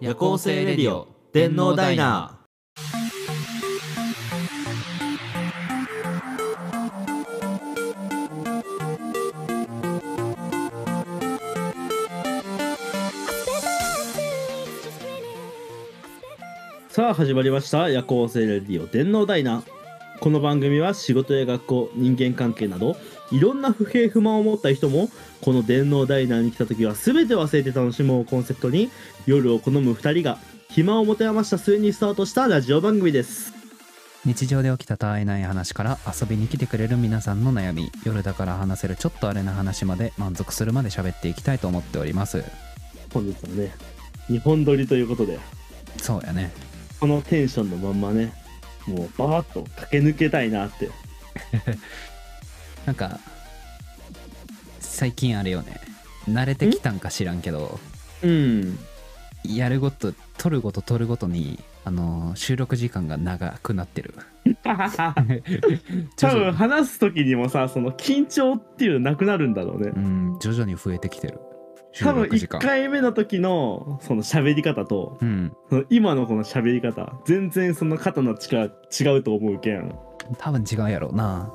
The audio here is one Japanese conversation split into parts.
夜行性レディオ電脳ダイナー。 さあ始まりました夜行性レディオ電脳ダイナー。この番組は仕事や学校、人間関係などいろんな不平不満を持った人もこの電脳ダイナーに来た時は全て忘れて楽しもうをコンセプトに、夜を好む2人が暇を持て余した末にスタートしたラジオ番組です。 日常で起きたたわいない話から遊びに来てくれる皆さんの悩み、夜だから話せるちょっとあれな話まで満足するまで喋っていきたいと思っております。 本日はね2本撮りということで、 そうやね、 このテンションのまんまね、もうバーッと駆け抜けたいなってなんか最近あれよね、慣れてきたんか知らんけど、やるごと撮るごとに収録時間が長くなってる多分話す時にもさ、その緊張っていうのなくなるんだろうね。 徐々に増えてきてる。 多分1回目の時のその喋り方と、その今のこの喋り方全然その肩の力違うと思うけん。 多分違うやろうな。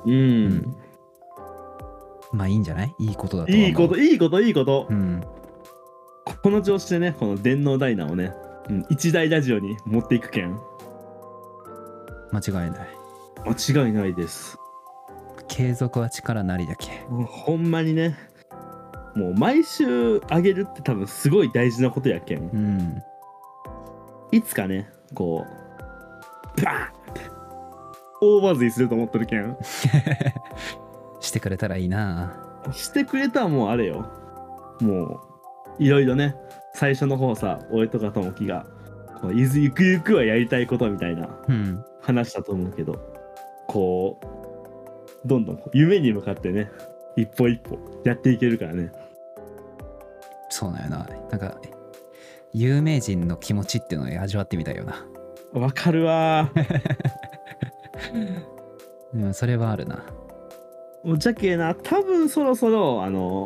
まあいいんじゃない？いいことだと思う。いいこと、 この調子でね、この電脳ダイナーをね、一大ラジオに持っていくけん。 間違いない。 間違いないです。 継続は力なりだけ。 ほんまにね、もう毎週あげるって多分すごい大事なことやけん。いつかね、こうバーンって大バズりすると思ってるけんしてくれたらいいな。 してくれたらもうあれよ、もういろいろね、最初の方さ、俺とかともきがこうゆくゆくはやりたいことみたいな話したと思うけど、こうどんどん夢に向かってね、一歩一歩やっていけるからね。 そうだよな。なんか有名人の気持ちっていうのを味わってみたいよな。 わかるわでもそれはあるな。 もうじゃけな、多分そろそろ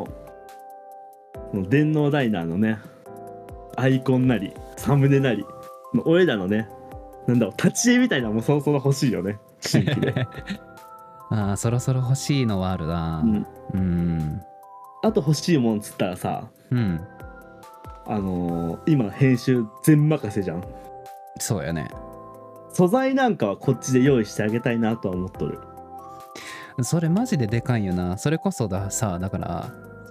電脳ダイナーのね、アイコンなりサムネなり俺らのね、なんだろう、立ち絵みたいなのもそろそろ欲しいよね、新規でそろそろ欲しいのはあるな。 あと欲しいもんつったらさ、今編集全任せじゃん。 そうやね。 素材なんかはこっちで用意してあげたいなとは思っとる。 それマジででかいよな。それこそださ、だから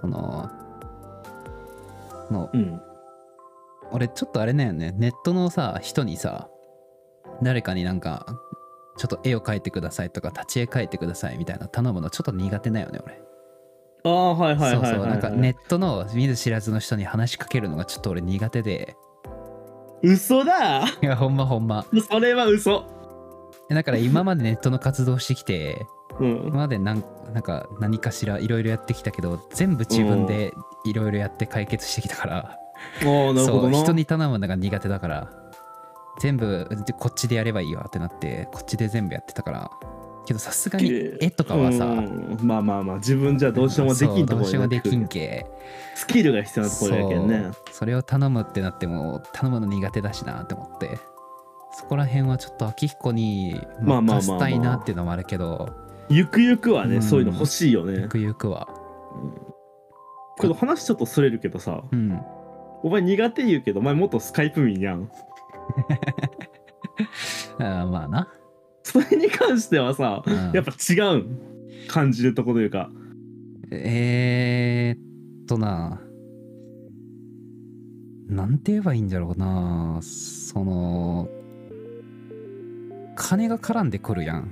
俺ちょっとあれだよね、ネットのさ人にさ、誰かになんかちょっと絵を描いてくださいとか立ち絵描いてくださいみたいな頼むのちょっと苦手だよね俺。 はいはいはいはい、 そう、なんかネットの見ず知らずの人に話しかけるのがちょっと俺苦手で。 嘘だいやほんまそれは嘘だから今までネットの活動してきて、 今までなんか何かしらいろいろやってきたけど、全部自分でいろいろやって解決してきたから、 なるほどな。 そう、人に頼むのが苦手だから、全部こっちでやればいいわってなってこっちで全部やってたから。けどさすがに絵とかはさ、 まあ自分じゃどうしようもできんところ、 どうしようもできんけ、 スキルが必要なところやけんね。 それを頼むってなっても頼むの苦手だしなって思って、そこら辺はちょっと秋彦に任せたいなっていうのもあるけど、 ゆくゆくはね、そういうの欲しいよね。 ゆくゆくは。 けど話ちょっとそれるけどさ、お前苦手言うけどお前元スカイプ民やんまあな。 それに関してはさ、やっぱ違うん感じるところというか、 なんて言えばいいんだろうな。金が絡んでくるやん。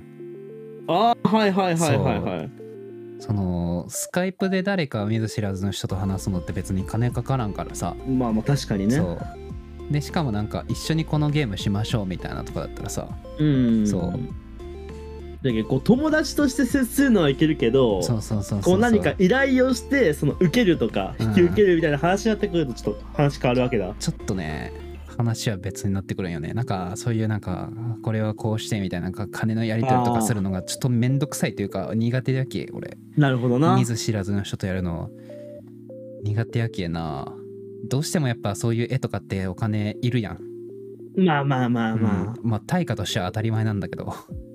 スカイプで誰か見ず知らずの人と話すのって別に金かからんからさ。 まあ確かにね。 そうで、しかもなんか一緒にこのゲームしましょうみたいなとかだったらさ、そうだけどこう友達として接するのはいけるけど、こう何か依頼をしてその受けるとか引き受けるみたいな話になってくるとちょっと話変わるわけだ。 ちょっとね、話は別になってくるんよね。なんかそういうなんかこれはこうしてみたいな、なんか金のやり取りとかするのがちょっとめんどくさいというか苦手だけ俺。 なるほどな。 見ず知らずの人とやるの苦手やけな。 どうしてもやっぱそういう絵とかってお金いるやん。 まあまあまあまあ、 まあ対価としては当たり前なんだけど。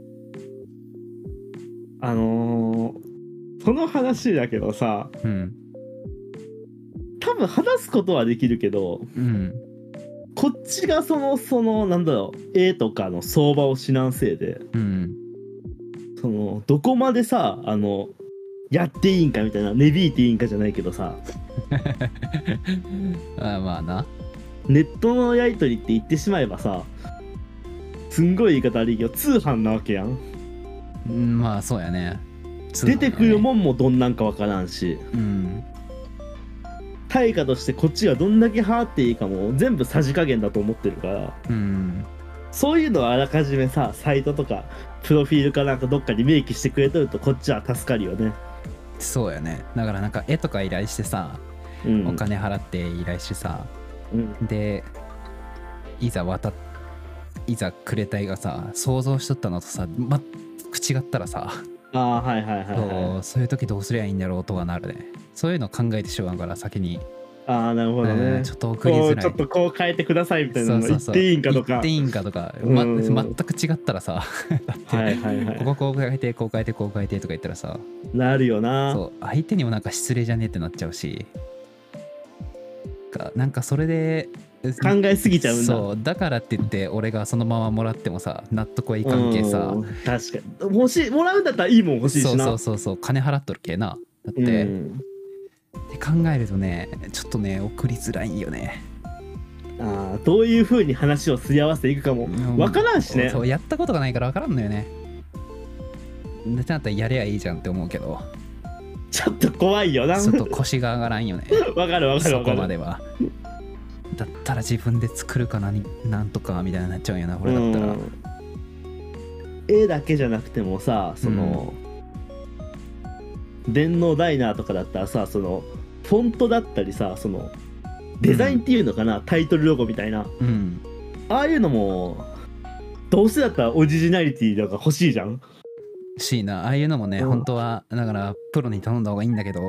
その話だけどさ、多分話すことはできるけど、こっちがそのなんだろう、絵とかの相場を知らんせいで、そのどこまでさやっていいんかみたいな、値引いていいんかじゃないけどさまあな、 ネットのやり取りって言ってしまえばさ、すんごい言い方悪いけど通販なわけやん。 まあそうやね。 出てくるもんもどんなんかわからんし、対価としてこっちがどんだけ払っていいかも全部さじ加減だと思ってるから、そういうのはあらかじめさ、サイトとかプロフィールかなんかどっかに明記してくれとるとこっちは助かるよね。 そうやね。だからなんか絵とか依頼してさ、お金払って依頼してさ、でいざくれた絵がさ、想像しとったのとさ全く違ったらさ、そういう時どうすりゃいいんだろうとはなるね。そういうの考えてしまうから先に。 なるほどね。 ちょっと送りづらい。 ちょっとこう変えてくださいみたいなの言っていいんかとか。 言っていいんかとか、全く違ったらさ、ここ変えてこう変えてこう変えてとか言ったらさ、 なるよな。 そう、相手にもなんか失礼じゃねってなっちゃうし、なんかそれで考えすぎちゃうんだ。 そうだからって言って俺がそのままもらってもさ、納得はいかんけさ。 確かにもらうんだったらいいもん欲しいしな。 そう金払っとるけな。だって、って考えるとね、ちょっとね送りづらいんよね。 どういう風に話をすり合わせていくかも分からんしね。 そうやったことがないから分からんのよね。だったらやればいいじゃんって思うけど、 ちょっと怖いよな。 ちょっと腰が上がらんよね。 わかるそこまでは。だったら自分で作るかなんとかみたいになっちゃうんやな、これだったら。 絵だけじゃなくてもさ、その、電脳ダイナーとかだったらさ、そのフォントだったりさ、そのデザインっていうのかな、タイトルロゴみたいな、ああいうのもどうせだったらオリジナリティとか欲しいじゃん。 しいな、ああいうのもね、本当はだからプロに頼んだ方がいいんだけど、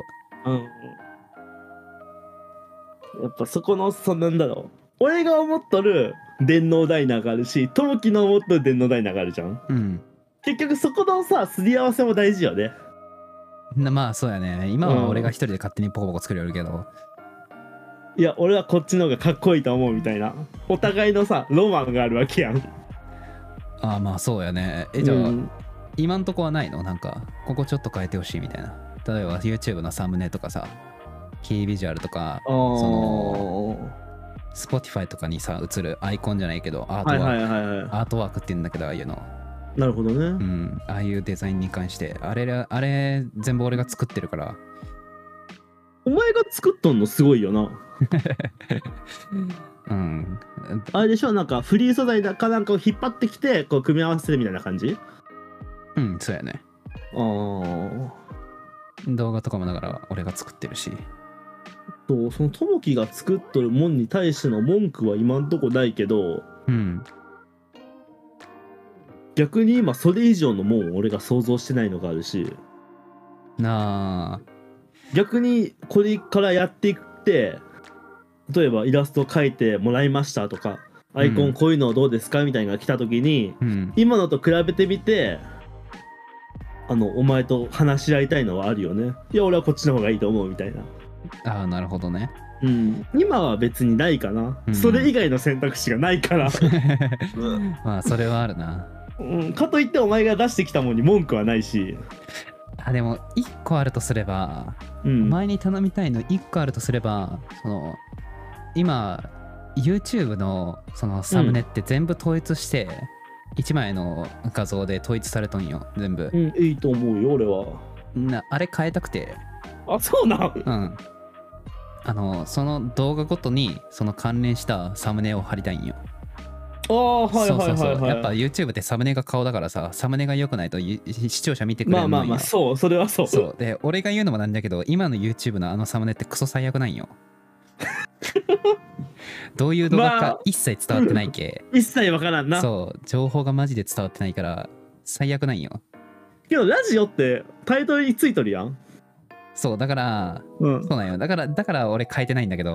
やっぱそこのなんだろう、俺が思っとる電脳ダイナーがあるし、ともきの思っとる電脳ダイナーがあるじゃん。結局そこのさ、すり合わせも大事よね。 まあそうやね。今は俺が一人で勝手にポコポコ作れるけど、 いや俺はこっちの方がかっこいいと思うみたいな、お互いのさロマンがあるわけやん。 まあそうやね。じゃあ、今んとこはないの？なんかここちょっと変えてほしいみたいな。例えば YouTube のサムネとかさ、キービジュアルとか、その Spotify とかにさ映るアイコンじゃないけどアートワークって言うんだけど、ああいうの。 なるほどね。 ああいうデザインに関してあれ全部俺が作ってるから。 お前が作っとんのすごいよな。あれでしょ、なんかフリー素材だかなんかを引っ張ってきてこう組み合わせるみたいな感じ。 そうやね。動画とかもだから俺が作ってるし。 そのともきが作っとるもんに対しての文句は今んとこないけど、逆に今それ以上のもん俺が想像してないのがあるし、逆にこれからやっていくって、例えばイラスト描いてもらいましたとか、アイコンこういうのどうですかみたいなのが来た時に、今のと比べてみてお前と話し合いたいのはあるよね。いや俺はこっちの方がいいと思うみたいな。 なるほどね。 今は別にないかな、それ以外の選択肢がないからまあそれはあるな。 かといってお前が出してきたもんに文句はないし。 でも1個あるとすれば、お前に頼みたいの1個あるとすれば、その今 YouTube のそのサムネって全部統一して、1枚の画像で統一されとんよ全部。 いいと思うよ俺は。 あれ変えたくて。 そうなん。 その動画ごとにその関連したサムネを貼りたいんよ。やっぱ YouTube ってサムネが顔だからさ、サムネが良くないと視聴者見てくれるのよ。 それはそうで、俺が言うのもなんだけど、今の YouTube のサムネってクソ最悪なんよ。どういう動画か一切伝わってないけ、 一切わからんな。 情報がマジで伝わってないから最悪なんよ。 けどラジオってタイトルについとるやん。 だから、そうなんよ。だから俺変えてないんだけど、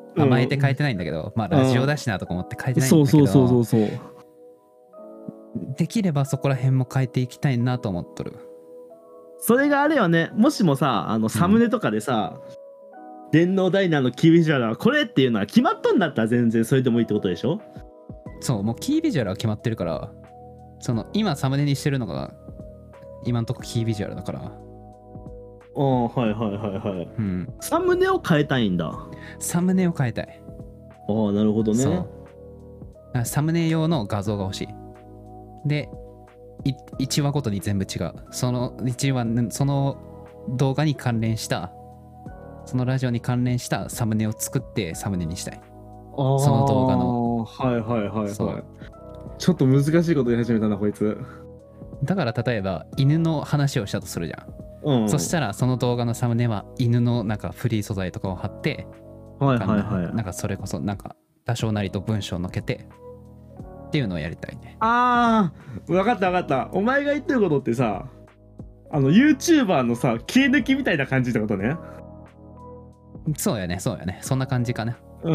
甘えて変えてないんだけど、まあラジオだしなとか思って変えてないんだけど、 そうできればそこら辺も変えていきたいなと思っとる。 それがあれよね、もしもさサムネとかでさ、電脳ダイナーのキービジュアルはこれっていうのは決まっとんだったら全然それでもいいってことでしょ。 そうもうキービジュアルは決まってるから、その今サムネにしてるのが今んとこキービジュアルだから。 ああはいはいはいはい、 うん、 サムネを変えたいんだ。 サムネを変えたい。 ああなるほどね。 そうサムネ用の画像が欲しい。で1話ごとに全部違う。その1話その動画に関連したそのラジオに関連したサムネを作ってサムネにしたい。その動画の。 はいはいはいはい。 そうちょっと難しいこと言い始めたなこいつ。 だから例えば犬の話をしたとするじゃん、そしたらその動画のサムネは犬のなんかフリー素材とかを貼って、 はいはいはい、 なんかそれこそなんか多少なりと文章を載っけてっていうのをやりたいね。 ああ分かった分かった。お前が言ってることってさYouTuber のさ切り抜きみたいな感じってことね。 そうやねそうやね、そんな感じかな。 うん、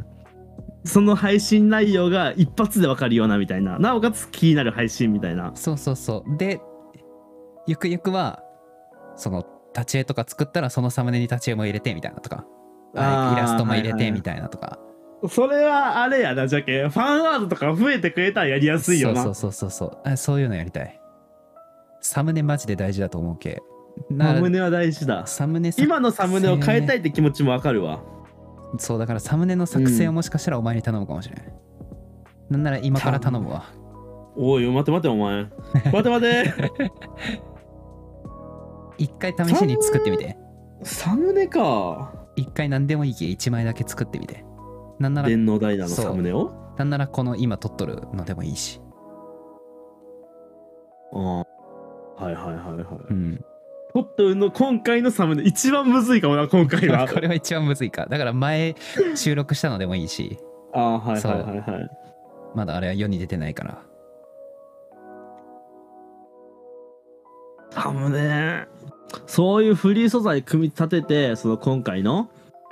その配信内容が一発で分かるようなみたいな、なおかつ気になる配信みたいな。 そうそうそうでゆくゆくはその立ち絵とか作ったらそのサムネに立ち絵も入れてみたいなとか、イラストも入れてみたいなとか、 それはあれやな、じゃけファンアートとか増えてくれたらやりやすいよな。 そういうのやりたい。サムネマジで大事だと思うけ。 サムネは大事だ。今のサムネを変えたいって気持ちもわかるわ。 そうだからサムネの作成をもしかしたらお前に頼むかもしれない、なんなら今から頼むわ。 おい待て待てお前待て待て一回試しに作ってみて。 サムネか。 一回何でもいいけ1枚だけ作ってみて。なんなら電脳ダイナのサムネを、 なんならこの今撮っとるのでもいいし。 はいはいはいはい、撮っとるの今回のサムネ一番むずいかもな今回はこれは一番むずいか。だから前収録したのでもいいし。 はいはいはいはい。 まだあれは世に出てないから。 サムネそういうフリー素材組み立てて、その今回の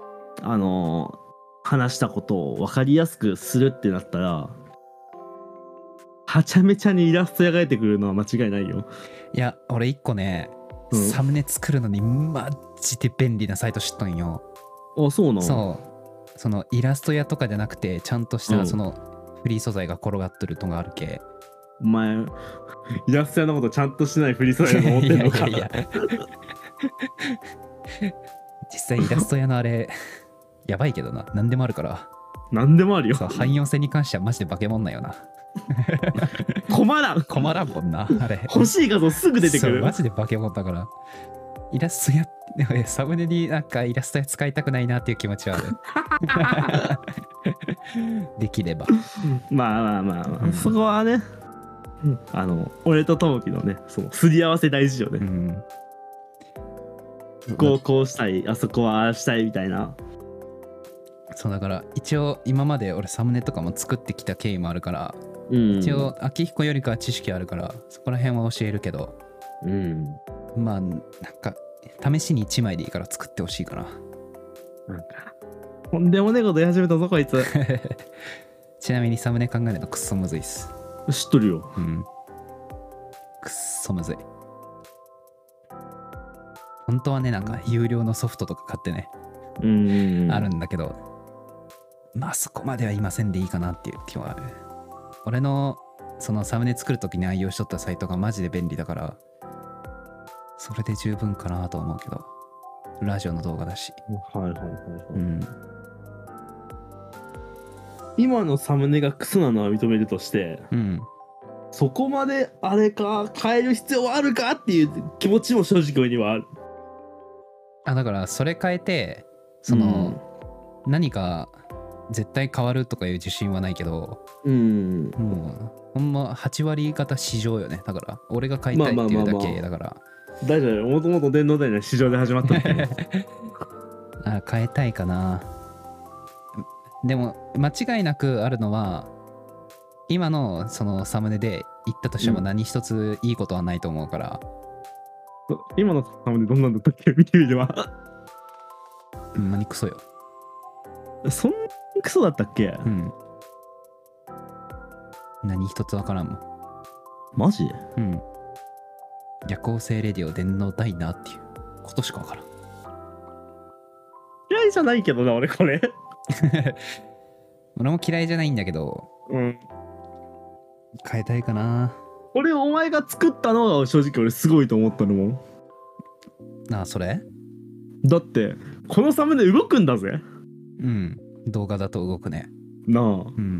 話したことを分かりやすくするってなったら、はちゃめちゃにイラスト描いてくるのは間違いないよ。 いや俺一個ね、サムネ作るのにマジで便利なサイト知ったんよ。 あ、そうなの。 そうそのイラスト屋とかじゃなくてちゃんとしたそのフリー素材が転がってるのがあるけ。 お前イラスト屋のことちゃんとしないフリー素材だと思ってんのか。 いや実際イラスト屋のあれやばいけどな、何でもあるから。 何でもあるよ。 そう汎用性に関してはマジで化け物なんよな。 困らんもんなあれ。 欲しい画像すぐ出てくる。 マジで化け物だから。イラストやサムネになんかイラストや使いたくないなっていう気持ちはある。できればまあ、そこはね、俺と友樹のね、そのすり合わせ大事よね。こうしたい、あそこはああしたいみたいな。 そうだから一応今まで俺サムネとかも作ってきた経緯もあるから、一応秋彦よりかは知識あるからそこら辺は教えるけど、まあなんか試しに1枚でいいから作ってほしいかな。 なんかとんでもねえこと言い始めたぞこいつ。 ちなみにサムネ考えるのくっそむずいっす。 知っとるよ。 くっそむずい。本当はねなんか有料のソフトとか買ってね、あるんだけど、まあそこまではいませんでいいかなっていう気はある。俺のそのサムネ作るときに愛用しとったサイトがマジで便利だからそれで十分かなと思うけど、ラジオの動画だし。 今のサムネがクソなのは認めるとして、そこまであれか変える必要はあるかっていう気持ちも正直にはある。 だからそれ変えてその、何か絶対変わるとかいう自信はないけど、もうほんま8割方市場よね。だから俺が買いたいっていうだけだから。 大丈夫。もともと電脳ダイナ市場で始まった変えたいかな。でも間違いなくあるのは今のそのサムネで言ったとしても何一ついいことはないと思うから、 今のサムネどんなんだったっけ見てみれば。 何クソよ。 そんなクソだったっけ？ うん。何一つわからんもん。 マジ？ うん。夜行性レディオ電脳ダイナーっていうことしかわからん。 嫌いじゃないけどな俺これ。 俺も嫌いじゃないんだけど、 うん。 変えたいかな。 俺お前が作ったのが正直俺すごいと思ったのもん。 ああ、それ？ だってこのサムネ動くんだぜ。 うん。動画だと動くね。 なあ。 うん。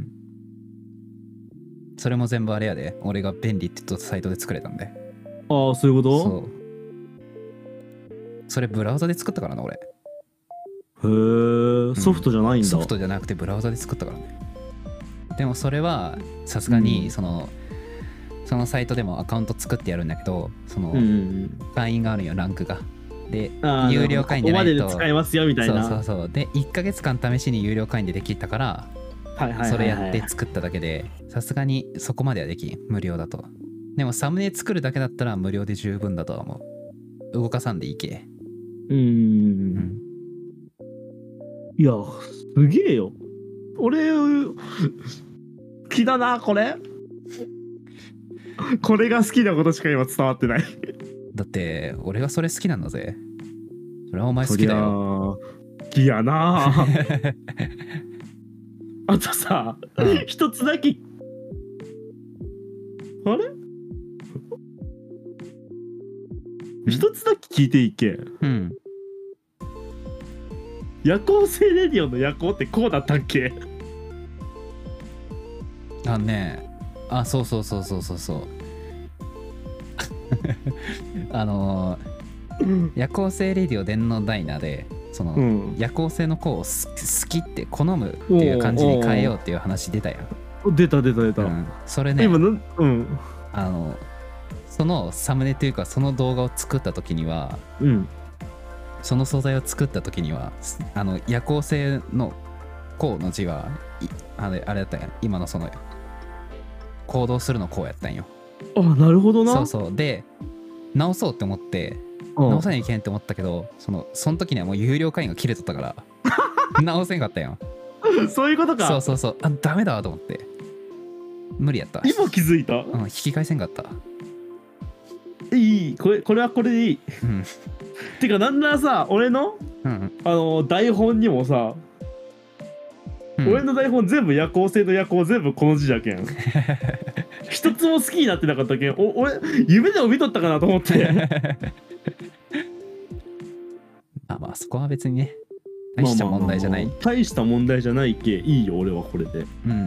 それも全部あれやで。俺が便利って言ったサイトで作れたんで。 ああ、そういうこと？ そう。それブラウザで作ったからな、俺。へえ、ソフトじゃないんだ。 ソフトじゃなくてブラウザで作ったからね。でもそれはさすがにそのサイトでもアカウント作ってやるんだけど、その会員があるよ、ランクが。で、有料会員でないとここまで使えますよみたいな。 そうで1ヶ月間試しに有料会員でできたから、それやって作っただけで、さすがにそこまではできん、無料だと。でもサムネ作るだけだったら無料で十分だとは思う。動かさんでいいけ。うん。 いや、すげえよ。俺好きだなこれ。これが好きなことしか今伝わってない。 だって俺がそれ好きなんだぜ。それはお前好きだよ。 好きやな。あとさ、一つだけ。あれ？一つだけ聞いていけ。 うん。 夜行性レディオの夜行ってこうだったっけ？ あ、ねえ。あ、そうそう夜行性レディオ電脳ダイナーでその、夜行性の子を好きって好むっていう感じに変えようっていう話出たよ。 出た、 それね、 今そのサムネというかその動画を作った時には、その素材を作った時には夜行性の子の字はあれだったんや。今のその行動するのこうやったんよ。 あ、なるほどな。 そうで直そうって思って直さなきゃいけんって思ったけど、その時にはもう有料会員が切れとったから直せんかったよ。 そういうことか。 そうあ、ダメだと思って無理やった。 今気づいた。 引き返せんかった。 いい、これはこれでいい。てかなんならさ、俺の、台本にもさ、俺の台本全部夜行性の夜行全部この字じゃけん。一つも好きになってなかったけん、俺夢でも見とったかなと思って。 まあそこは別にね、大した問題じゃない。 大した問題じゃないけ、いいよ俺はこれで。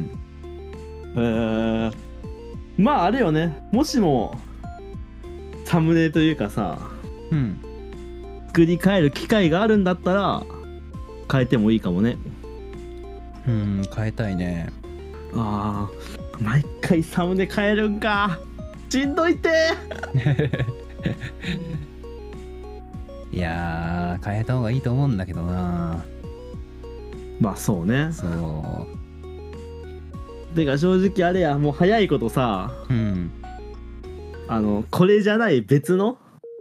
まああれよね、もしもサムネというかさ、作り変える機会があるんだったら変えてもいいかもね。 変えたいね。 毎回サムネ変えるんか、しんどいって。 いや変えた方がいいと思うんだけどな。 まあそうね。 そうてか正直あれや、もう早いことさ、これじゃない別の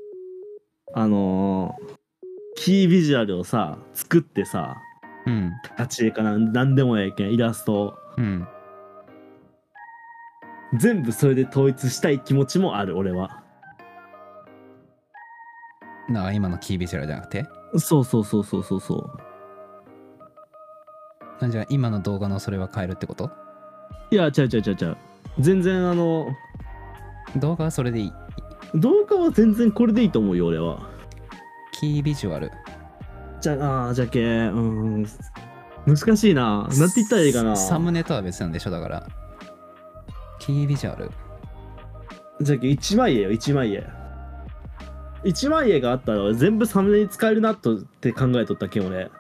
キービジュアルをさ作ってさ、立ち絵かなんでもええけん、イラスト、全部それで統一したい気持ちもある俺は。 今のキービジュアルじゃなくて、 そうじゃあ今の動画のそれは変えるってこと？ いや、違う全然動画はそれでいい。 動画は全然これでいいと思うよ俺は。 キービジュアルじゃけ難しいな。なんて言ったらいいかな。 サムネとは別なんでしょ。だからキービジュアルじゃけ一枚絵よ、一枚絵があったら全部サムネに使えるなって考えとったけん俺。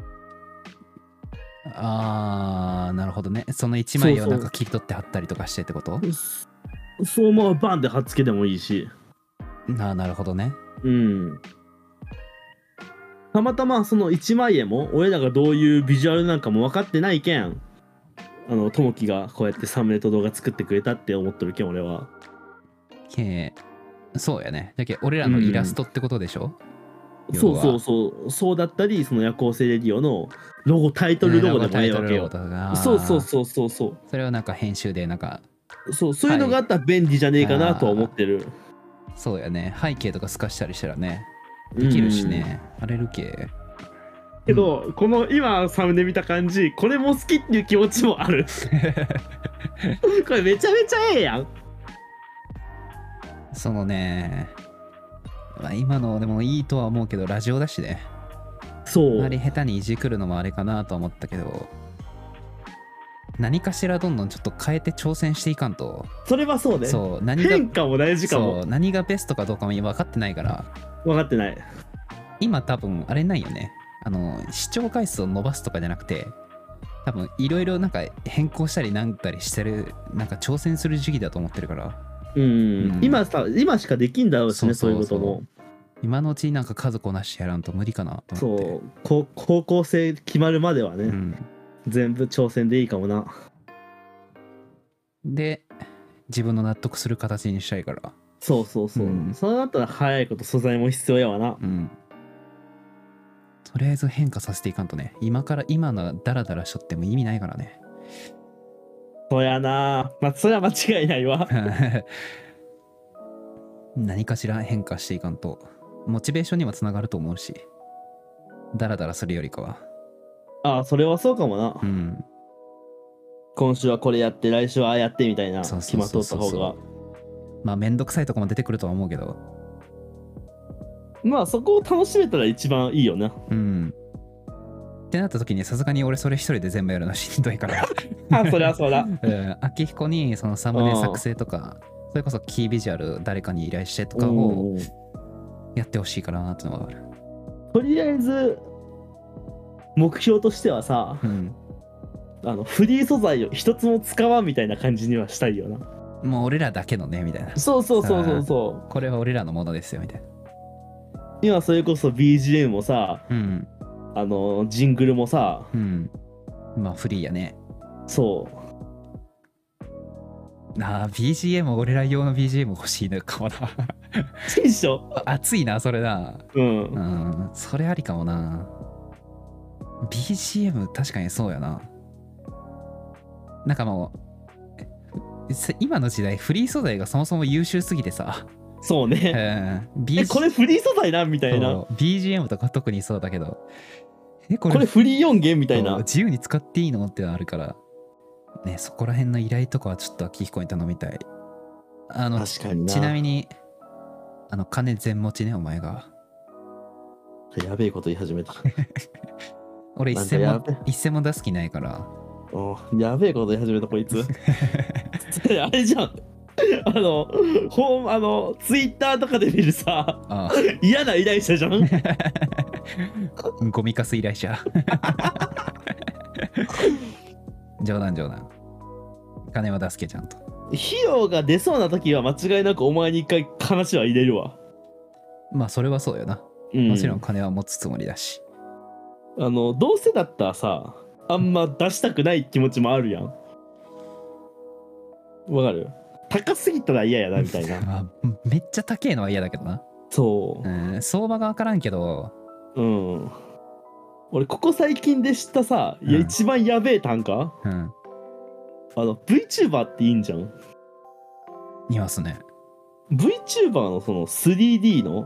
なるほどね。その一枚をなんか切り取って貼ったりとかしてってこと？ そう思う。バンで貼っつけてもいいし。 なるほどね。 たまたまその一枚絵も俺らがどういうビジュアルなんかも分かってないけん、ともきがこうやってサムネと動画作ってくれたって思っとるけん俺は。 そうやね。だけど俺らのイラストってことでしょ？ そうそうそうそうだったり、その夜行性レディオのロゴタイトルロゴでもいいわけよ。そうそうそうそうそう。 それをなんか編集でなんかそういうのがあったら便利じゃねえかなとは思ってる。 そうやね、背景とか透かしたりしたらねできるしね、荒れる系けど、この今サムネ見た感じ、これも好きっていう気持ちもある。これめちゃめちゃええやん。 そのね、まあ、今のでもいいとは思うけどラジオだしね。 そう。 あまり下手にいじくるのもあれかなと思ったけど、何かしらどんどんちょっと変えて挑戦していかんと。 それはそうね。 そう、 変化も大事かも。 そう、何がベストかどうかも分かってないから。 分かってない。 今多分あれないよね。視聴回数を伸ばすとかじゃなくて、多分いろいろなんか変更したりなんたりしてる、なんか挑戦する時期だと思ってるから。 今しかできんだろうしね、そういうことも。 今のうちになんか家族をなしやらんと無理かなと思って。 そう高校生決まるまではね、全部挑戦でいいかもな。 で自分の納得する形にしたいから。 そう、そうなったら早いこと素材も必要やわな。 とりあえず変化させていかんとね。今のダラダラしとっても意味ないからね。 そうやな。まあそれは間違いないわ。 何かしら変化していかんとモチベーションにもつながると思うし、ダラダラするよりかは。 ああ、それはそうかもな。今週はこれやって来週はああやってみたいな決まっとった方が。 まあめんどくさいとこも出てくるとは思うけど、 まあそこを楽しめたら一番いいよな。 ってなった時にさすがに俺それ一人で全部やるのしんどいから。 あ、そりゃそうだ。 秋彦にそのサムネ作成とか、それこそキービジュアル誰かに依頼してとかをやってほしいかなってのがある。 とりあえず目標としてはさ、フリー素材を一つも使わんみたいな感じにはしたいよな。 もう俺らだけのねみたいな。 そう。 これは俺らのものですよみたいな。 今それこそ BGM もさ、ジングルもさ、 まあフリーやね。 そう。 BGM 俺ら用の BGM 欲しいのかもな。 いいっしょ。 熱いなそれな。それありかもな。BGM 確かにそうやな。なんかもう今の時代フリー素材がそもそも優秀すぎてさ。 そうね。これフリー素材なみたいな。 BGM とか特にそうだけど、 これフリー音源みたいな。 自由に使っていいのってのあるからね。そこら辺の依頼とかはちょっと秋彦に頼みたい。 確かにな。 ちなみに金全持ちねお前が。 やべえこと言い始めた。 俺一銭も出す気ないから。 やべえこと言い始めたこいつ。あれじゃん。ツイッターとかで見るさ、嫌な依頼者じゃん。 ゴミかす依頼者。冗談。金は出すけちゃんと。 費用が出そうな時は間違いなくお前に一回話は入れるわ。 まあそれはそうよな。もちろん金は持つつもりだし。 どうせだったらさ、あんま出したくない気持ちもあるやん。わかる？高すぎたら嫌やなみたいな。 めっちゃ高いのは嫌だけどな。 そう。 相場が分からんけど。 俺ここ最近で知ったさ、一番やべえ単価、VTuber っていいんじゃん。 いますね。 VTuber のその 3D の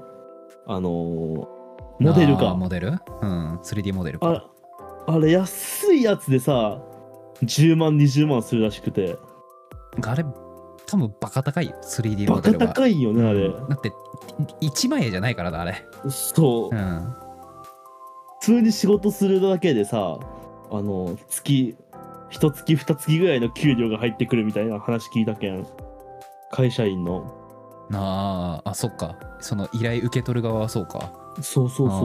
モデルか。 モデル3D モデルか。 あれ安いやつでさ10万20万するらしくて。 あれ多分バカ高いよ 3D モデルは。 バカ高いよねあれ。 だって1万円じゃないからなあれ。 そう。普通に仕事するだけでさ、1月2月ぐらいの給料が入ってくるみたいな話聞いたけん、会社員の。 そっか。その依頼受け取る側はそうか。 そう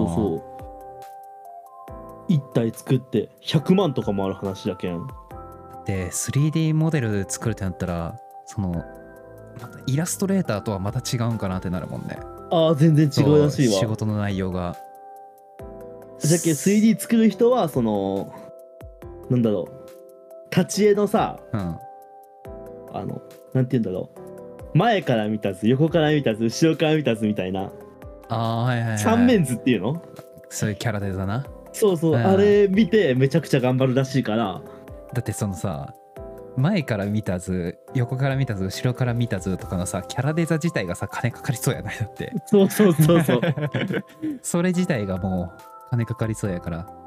。1体作って100万とかもある話だけん。 で 3D モデル作るってなったら、そのイラストレーターとはまた違うんかなってなるもんね。 全然違うらしいわ。 仕事の内容が。 じゃけ 3D 作る人はそのなんだろう、立ち絵のさ、なんて言うんだろう、前から見た図横から見た図後ろから見た図みたいな、 ああはいはいはい。 三面図っていうの？ そういうキャラデザな。 そうそう、 うんあれ見てめちゃくちゃ頑張るらしいから。 だってそのさ、前から見た図、横から見た図、後ろから見た図とかのさ、キャラデザ自体がさ、金かかりそうやないだって。 そうそうそうそう。 それ自体がもう金かかりそうやから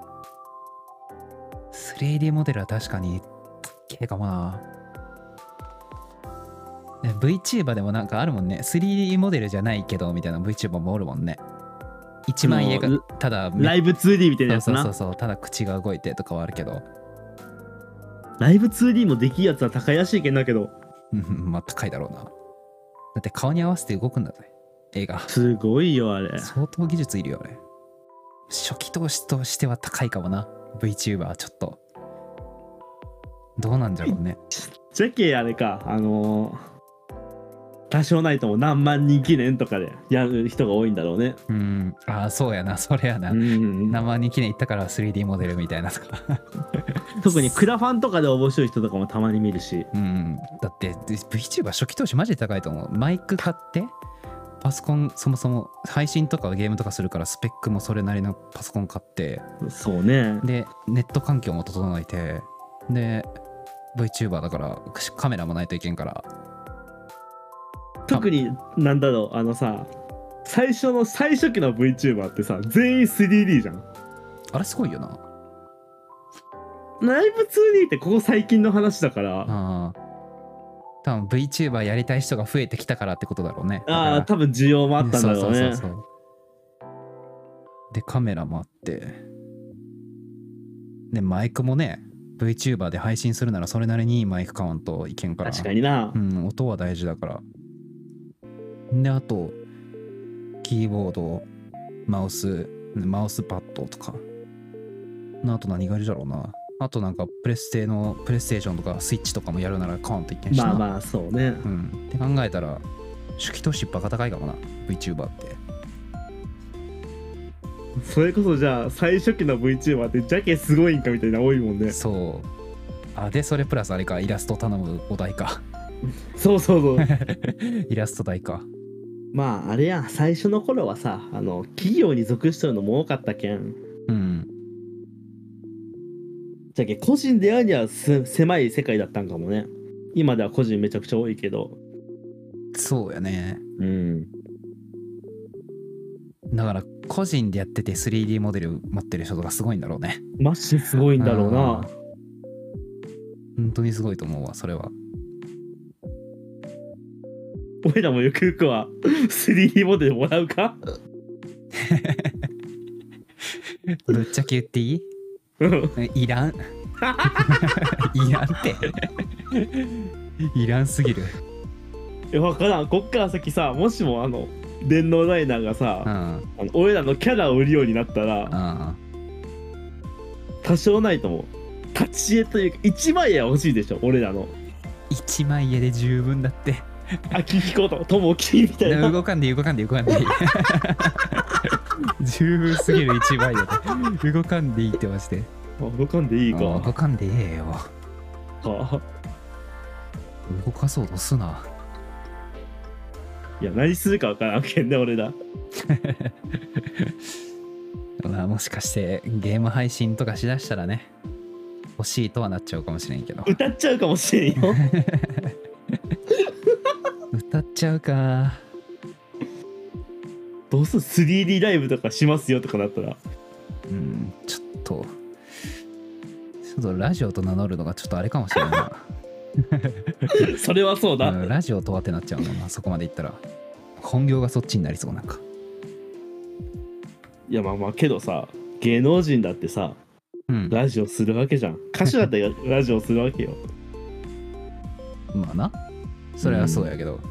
。3D モデルは確かに高いかもな。VTuber でもなんかあるもんね。3D モデルじゃないけどみたいな VTuber もおるもんね。1万円がただライブ 2D みたいなやつな。 そうそうそう、ただ口が動いてとかはあるけど。 ライブ 2D もできるやつは高いらしいけんだけど。 まあ高いだろうな。だって顔に合わせて動くんだぜ、映画。 すごいよあれ。 相当技術いるよあれ。初期投資としては高いかもな。 VTuber ちょっとどうなんじゃろうね。 じゃけあれか、多少ないとも何万人記念とかでやる人が多いんだろうね。 ああそうやな、それやな。何万人記念行ったから 3D モデルみたいなとか。 特にクラファンとかで面白い人とかもたまに見るし。 だって VTuber 初期投資マジで高いと思う。マイク買ってパソコン、そもそも配信とかゲームとかするからスペックもそれなりのパソコン買って、 そうね。 でネット環境も整えて、で VTuber だからカメラもないといけんから。 特になんだろう、最初期の VTuber ってさ、全員 3D じゃん。 あれすごいよな。 ライブ 2D ってここ最近の話だから。 多分 VTuber やりたい人が増えてきたからってことだろうね。 多分需要もあったんだろうね。 そうでカメラもあって、でマイクもね、 VTuber で配信するならそれなりにいいマイク買わんといけんから。 確かにな。 音は大事だから。であとキーボード、マウスパッドとか、あと何がいるだろうな。あとなんかプレステーションとかスイッチとかもやるなら買わんといけんしな。 まあそうね。 って考えたら初期投資バカ高いかもな VTuber って。 それこそじゃあ最初期の VTuber ってジャケすごいんかみたいな多いもんね。 そうでそれプラスあれか、イラスト頼むお題か。 そうイラスト代か。 まああれや、最初の頃はさ、企業に属してるのも多かったけん。じゃけ個人でやるには狭い世界だったんかもね。今では個人めちゃくちゃ多いけど。 そうやね。だから個人でやってて 3D モデル持ってる人とかすごいんだろうね。 マジですごいんだろうな。 本当にすごいと思うわそれは。 俺らもゆくゆくは 3D モデルもらうか。 ぶっちゃけ言っていい？いらん。いらんっていらんすぎる。 分からん。こっから先さ、もしも電脳ダイナーがさ、俺らのキャラを売るようになったら、多少ないと思う。立ち絵というか1枚絵は欲しいでしょ、俺らの。 1枚絵で十分だって。 キキコとともきみたいな。 動かんでいい十分すぎる1枚絵で。動かんでいいってまして。 動かんでいいか。 動かんでええよ。 は動かそうとすな。 いや、何するか分からんけんね、俺ら。 まあもしかしてゲーム配信とかしだしたらね、欲しいとはなっちゃうかもしれんけど。 歌っちゃうかもしれんよ。 歌っちゃうか。 どうする 3D ライブとかしますよとかなったら。 ちょっとラジオと名乗るのがちょっとあれかもしれんな。 それはそうだ、 ラジオとはってなっちゃうのな、そこまでいったら。本業がそっちになりそう。なんかいや、まあけどさ、芸能人だってさ、ラジオするわけじゃん。歌手だってラジオするわけよ。 まあな、それはそうやけど、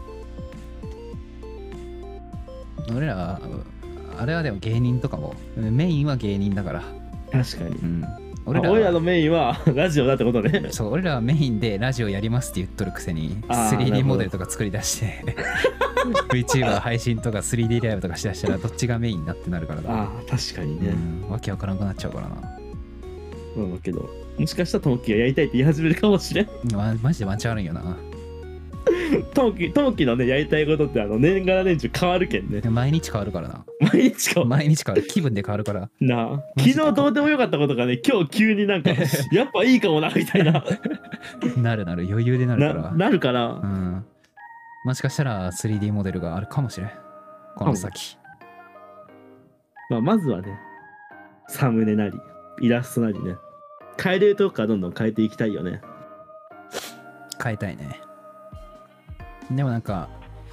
俺らはあれはでも芸人とかもメインは芸人だから。 確かに、 俺らのメインはラジオだってことね。 そう、俺らはメインでラジオやりますって言っとるくせに 3D モデルとか作り出してVTuber 配信とか 3D ライブとかしだしたらどっちがメインだってなるからな。 確かにね、 わけわからなくなっちゃうからな。 だけどもしかしたらトモキがやりたいって言い始めるかもしれん。 マジでワンチャンあるんよな。 冬季のねやりたいことって年がら年中変わるけんね。 毎日変わるからな。 毎日変わる。 毎日変わる。気分で変わるから。 なあ、昨日どうでもよかったことがね、今日急になんかやっぱいいかもなみたいななる余裕でなるから。 なるから、 うん。もしかしたら 3D モデルがあるかもしれん。この先。 まずはね、サムネなりイラストなりね、変えれるとこからどんどん変えていきたいよね。 変えたいね。でもなんか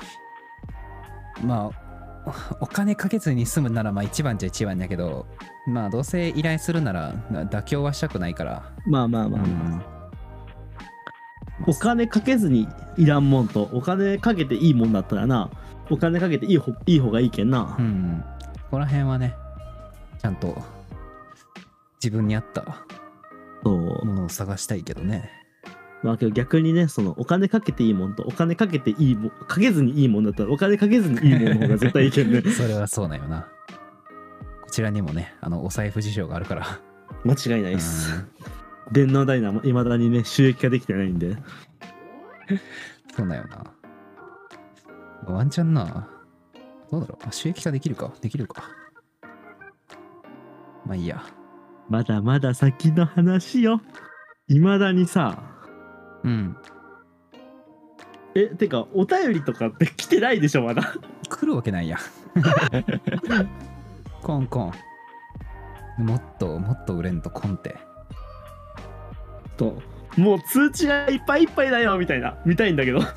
まあお金かけずに済むならまあ一番じゃ一番だけど、まあどうせ依頼するなら妥協はしたくないから。 まあ、お金かけずにいらんもんと、お金かけていいもんだったらな、お金かけていい方がいいけんな。 ここら辺はね、ちゃんと自分に合ったものを探したいけどね。 まあけど逆にね、そのお金かけていいもんとお金かけていいもん、かけずにいいもんだったらお金かけずにいいもんの方が絶対いいけんね。 それはそうだよな。こちらにもね、お財布事情があるから。 間違いないっす。電脳ダイナもいまだにね収益化できてないんで。 そうだよな。ワンチャンな、どうだろう、収益化できるか。まあいいや。 まだまだ先の話よ。いまだにさ。てかお便りとかって来てないでしょまだ。 来るわけないや。コンコン。もっと売れんとコンって。 もう通知がいっぱいいっぱいだよみたいな、見たいんだけど。もう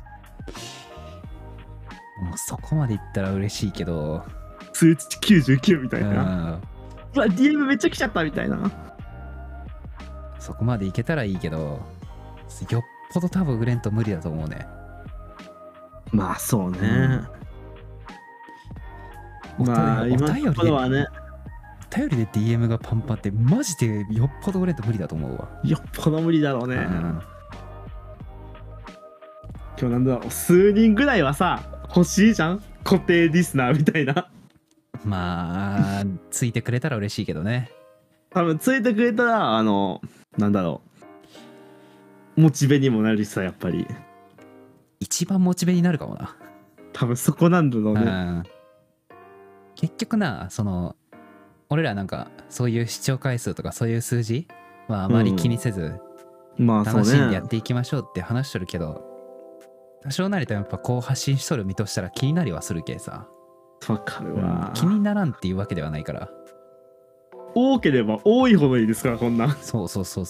そこまでいったら嬉しいけど、 通知99みたいな。DM めっちゃ来ちゃったみたいな。 そこまでいけたらいいけど、よっぽど多分売れんと無理だと思うね。 まあそうね。まあ今のところはね、 お便りで DM がパンパンってマジでよっぽど売れんと無理だと思うわ。 よっぽど無理だろうね。今日なんだろう、数人ぐらいはさ欲しいじゃん、固定リスナーみたいな。 まあついてくれたら嬉しいけどね。 多分ついてくれたらなんだろう、モチベにもなるしさ、やっぱり一番モチベになるかもな。 多分そこなんだろうね。 結局な、俺らなんかそういう視聴回数とかそういう数字はあまり気にせず、楽しんでやっていきましょうって話しとるけど、多少なりとやっぱこう発信しとる身としたら気になりはするけさ。 わかるわ。 気にならんっていうわけではないから。 多ければ多いほどいいですから、こんな。 そう。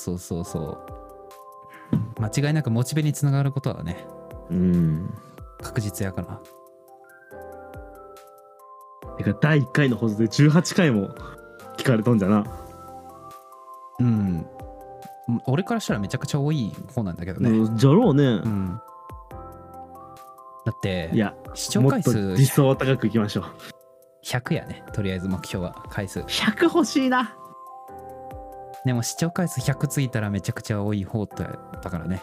間違いなくモチベにつながることはね、確実やから。 てか第1回の放送で18回も聞かれとんじゃな。 俺からしたらめちゃくちゃ多い方なんだけどね。 じゃろうね。 だっていや、 視聴回数もっと理想高くいきましょう。 100やね、とりあえず目標は回数 100欲しいな。 でも視聴回数100ついたらめちゃくちゃ多い方だからね。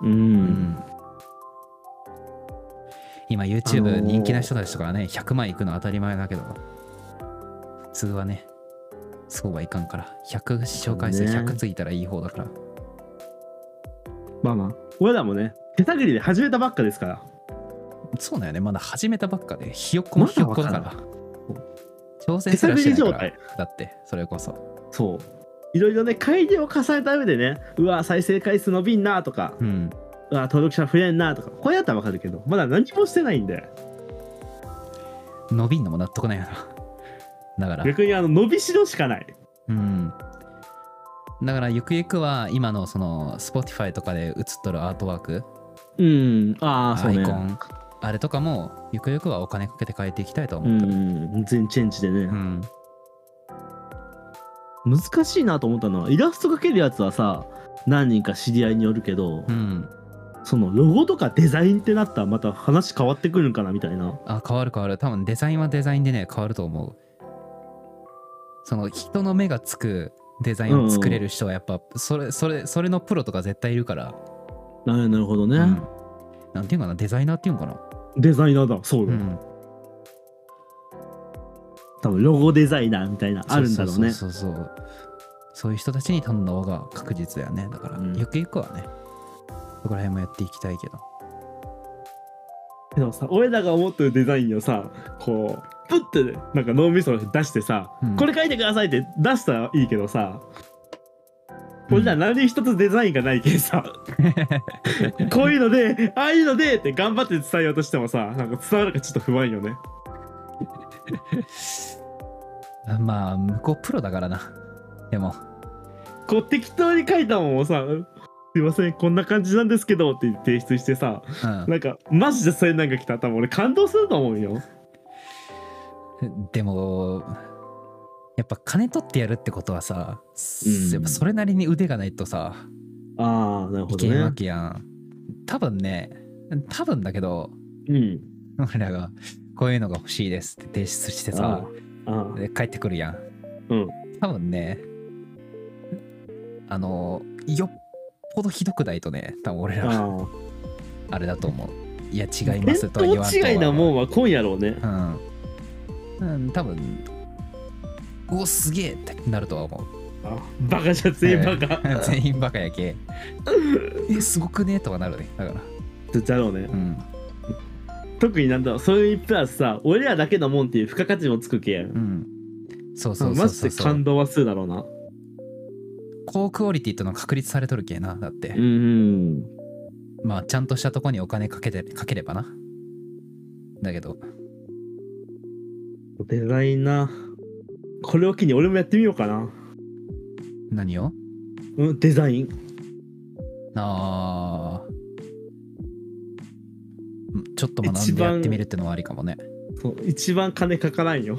今 YouTube 人気な人たちとかはね、100万いくの当たり前だけど、普通はねそうはいかんから、100視聴回数100ついたらいい方だから。 まあ俺らもね手探りで始めたばっかですから。 そうだよね、まだ始めたばっかでひよっこもひよっこだから、挑戦すらしてないから。だってそれこそそういろいろね改良を重ねた上でね、うわ再生回数伸びんなとか、うわ登録者増えんなとか、これやったら分かるけど、まだ何もしてないんで。 伸びんのも納得ないよな。だから逆に伸びしろしかない。 だからゆくゆくは今のその Spotify とかで映っとるアートワーク、 そうね、 アイコン、あれとかもゆくゆくはお金かけて変えていきたいと思ってる。 全チェンジでね、難しいなと思ったのは、イラスト描けるやつはさ何人か知り合いによるけど、そのロゴとかデザインってなったらまた話変わってくるんかなみたいな。 変わる。多分デザインはデザインでね変わると思う。その人の目がつくデザインを作れる人はやっぱそれのプロとか絶対いるから。 なるほどね。 なんていうかな、デザイナーっていうのかな。 デザイナーだ、そうだ。多分ロゴデザイナーみたいなあるんだろうね。 そういう人たちに頼んだ方が確実だよね。だからゆくゆくはねそこら辺もやっていきたいけど。 でもさ、俺らが思ってるデザインをさ、こうプッてなんか脳みそ出してさ、これ書いてくださいって出したらいいけどさ、俺ら何一つデザインがないけんさ、こういうので、ああいうのでって頑張って伝えようとしてもさ、なんか伝わるかちょっと不安よね。 まあ向こうプロだからな。でもこう適当に書いたもんをさ、すいませんこんな感じなんですけどって提出してさ、なんかマジでそれなんか来たら多分俺感動すると思うよ。 でもやっぱ金取ってやるってことはさ、やっぱそれなりに腕がないとさ、 ああなるほどね、 いけんわけやん。多分だけど、俺らがこういうのが欲しいですって提出してさ、で帰ってくるやん。多分ね、よっぽどひどくないとね、多分俺らあれだと思う。いや違いますとは言わんと。 違いなもんは今やろうね。 多分うおすげえってなるとは思う。 バカじゃ全員バカ、 全員バカやけすごくねとはなるね。だからだろうね、特になんだろう、そういうプラスさ、俺らだけのもんっていう付加価値もつくけん、 そうマジで感動はするだろうな。 高クオリティっての確立されとるけな。だってまあちゃんとしたとこにお金かければな。だけどデザインな、これを機に俺もやってみようかな。 何を？ デザイン。 ちょっと学んでやってみるってのはありかもね。 そう一番金かからんよ。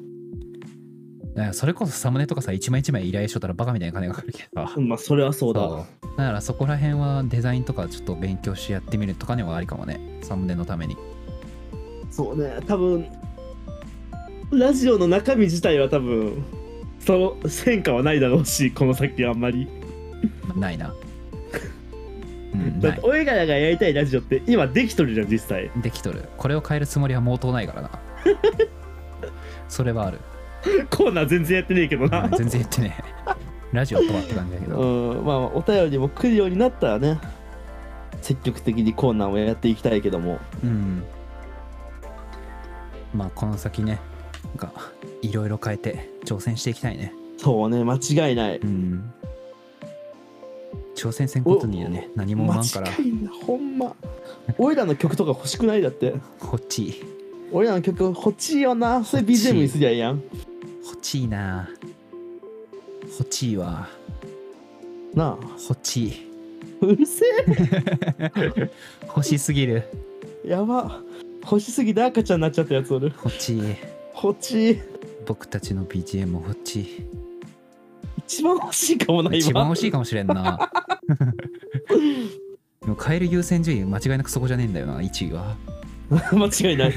それこそサムネとかさ、一枚一枚依頼しとったらバカみたいな金がかかるけどさ。 まあそれはそうだ。 だからそこら辺はデザインとかちょっと勉強してやってみるとかにはありかもね。サムネのために。 そうね、多分ラジオの中身自体は多分その変化はないだろうし、この先はあんまりないな。 だって俺らがやりたいラジオって今できとるじゃん、実際できとる。これを変えるつもりは毛頭ないからな。それはある。 コーナー全然やってねえけどな、 全然やってねえ。ラジオとはって感じだけど、 まあお便りも来るようになったらね、積極的にコーナーをやっていきたいけども、 まあこの先ね、なんかいろいろ変えて挑戦していきたいね。 そうね、間違いない。 挑戦せんことにはね、何も思わんから。 間違いない、ほんま。俺らの曲とか欲しくない？だって欲しい。 俺らの曲欲しいよな。それ BGM にすりゃいいやん。 欲しいな。欲しいわなあ。 欲しい。 うるせえ。欲しすぎる。 やば、欲しすぎて赤ちゃんになっちゃったやつおる。 欲しい。 欲しい。 僕たちの BGM も欲しい。 一番欲しいかもな。 一番欲しいかもしれんな。でも変える優先順位間違いなくそこじゃねえんだよな、1位は。 間違いない。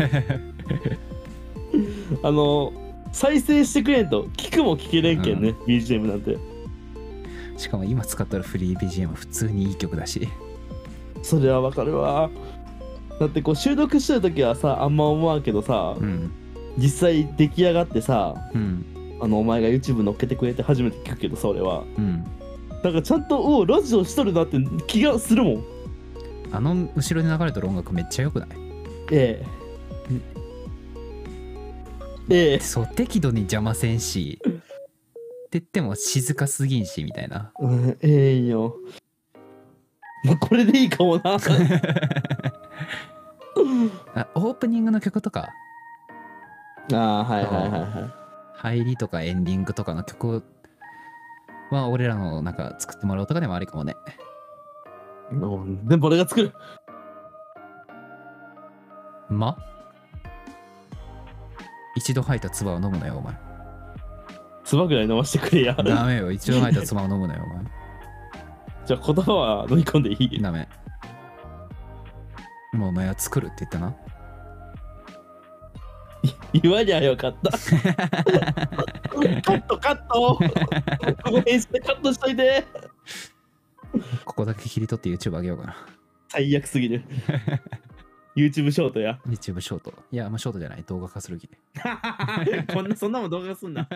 再生してくれんと聞くも聞けれんけんね、BGM なんて。 しかも今使ってるフリー BGM 普通にいい曲だし。 それはわかるわ。だってこう収録してる時はさあんま思わんけどさ、実際出来上がってさ、お前が YouTube 乗っけてくれて初めて聞くけどさ、俺はなんかちゃんとラジオしとるなって気がするもん。 後ろで流れてる音楽めっちゃ良くない？そう、適度に邪魔せんしって言っても静かすぎんしみたいな。 よ。もうこれでいいかもな。 オープニングの曲とか、入りとかエンディングとかの曲は俺らのなんか作ってもらうとかでもありかもね。 でも俺が作る。 一度吐いた唾を飲むなよお前。 唾ぐらい飲ましてくれや。 ダメよ、一度吐いた唾を飲むなよお前。 じゃあ言葉は飲み込んでいい？ ダメ。もうお前は作るって言ったな。 言わにゃよかった。カットカット。ここ編集でカットしといて。 ここだけ切り取って YouTube あげようかな。 最悪すぎる。YouTube ショートや。 YouTube ショート。いや、ショートじゃない。動画化する気で。 そんなもん動画化すんだ。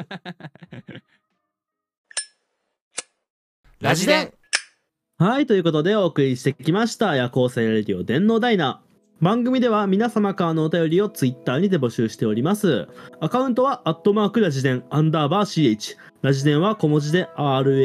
ラジデン。 はい、ということでお送りしてきました夜行性レディオ電脳ダイナー。 番組では皆様からのお便りをツイッターにて募集しております。アカウントはラジデン_CH。ラジデンは小文字で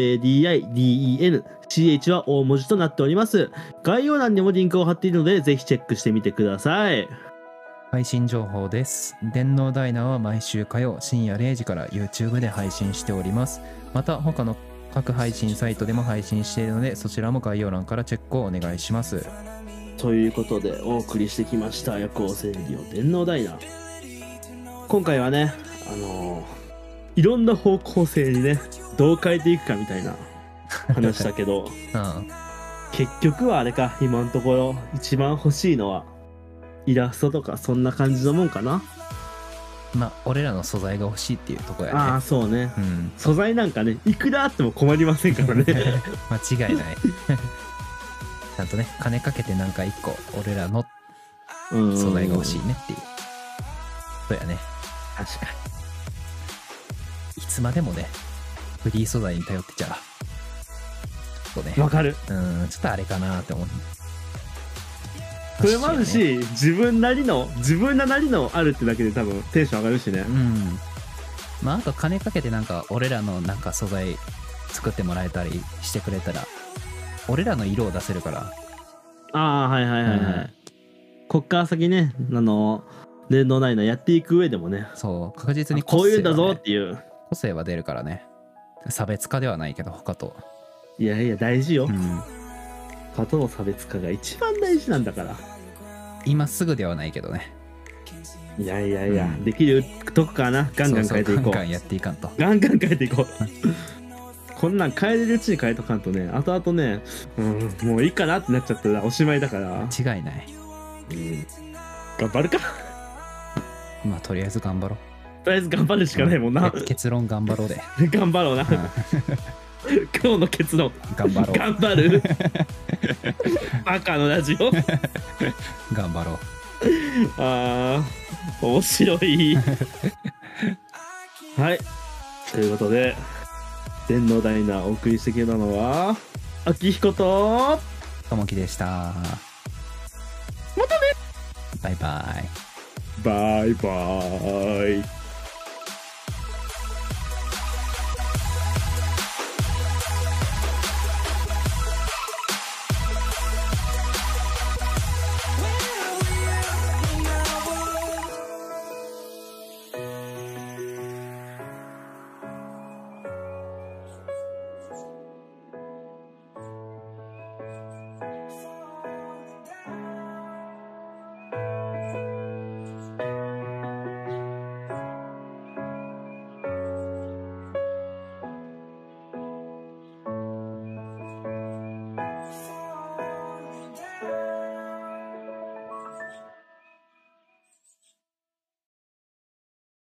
RADIDEN。CH は大文字となっております。概要欄にもリンクを貼っているので、ぜひチェックしてみてください。 配信情報です。電脳ダイナーは毎週火曜深夜0時から YouTube で配信しております。また他の各配信サイトでも配信しているので、そちらも概要欄からチェックをお願いします。 ということでお送りしてきました夜行性レディオ電脳ダイナー。今回はねいろんな方向性にねどう変えていくかみたいな話だけど、結局はあれか、今のところ一番欲しいのはイラストとかそんな感じのもんかな。 まあ俺らの素材が欲しいっていうところやね。 ああそうね、素材なんかねいくらあっても困りませんからね間違いないちゃんとね金かけてなんか一個俺らの素材が欲しいねっていう。そうやね。 確かにいつまでもねフリー素材に頼ってちゃそうね。 わかる。 ちょっとあれかなって思う。 それもあるし、自分なりのあるってだけで多分テンション上がるしね。 まああと金かけてなんか俺らのなんか素材作ってもらえたりしてくれたら俺らの色を出せるから。 ああはいはいはいはい、こっから先ね電脳ダイナーやっていく上でもね、 そう確実にこういうんだぞっていう個性は出るからね。差別化ではないけど他と。 いやいや大事よ、他との差別化が一番大事なんだから。 今すぐではないけどね。 いやいやいや、できるとこからなガンガン変えていこう。 ガンガンやっていかんと。 ガンガン変えていこうこんなん変えれるうちに変えとかんとね、後々ね、もういいかなってなっちゃったらおしまいだから。 違いない。 頑張るかまあとりあえず頑張ろう。 とりあえず頑張るしかないもんな。 結論頑張ろうで頑張ろうな、今日の結論頑張ろう。 頑張るバカのラジオ頑張ろう。 あー面白いはいということで電脳ダイナーお送りしてきたのは秋彦とともきでした。またね。 バイバイ。 バイバイ。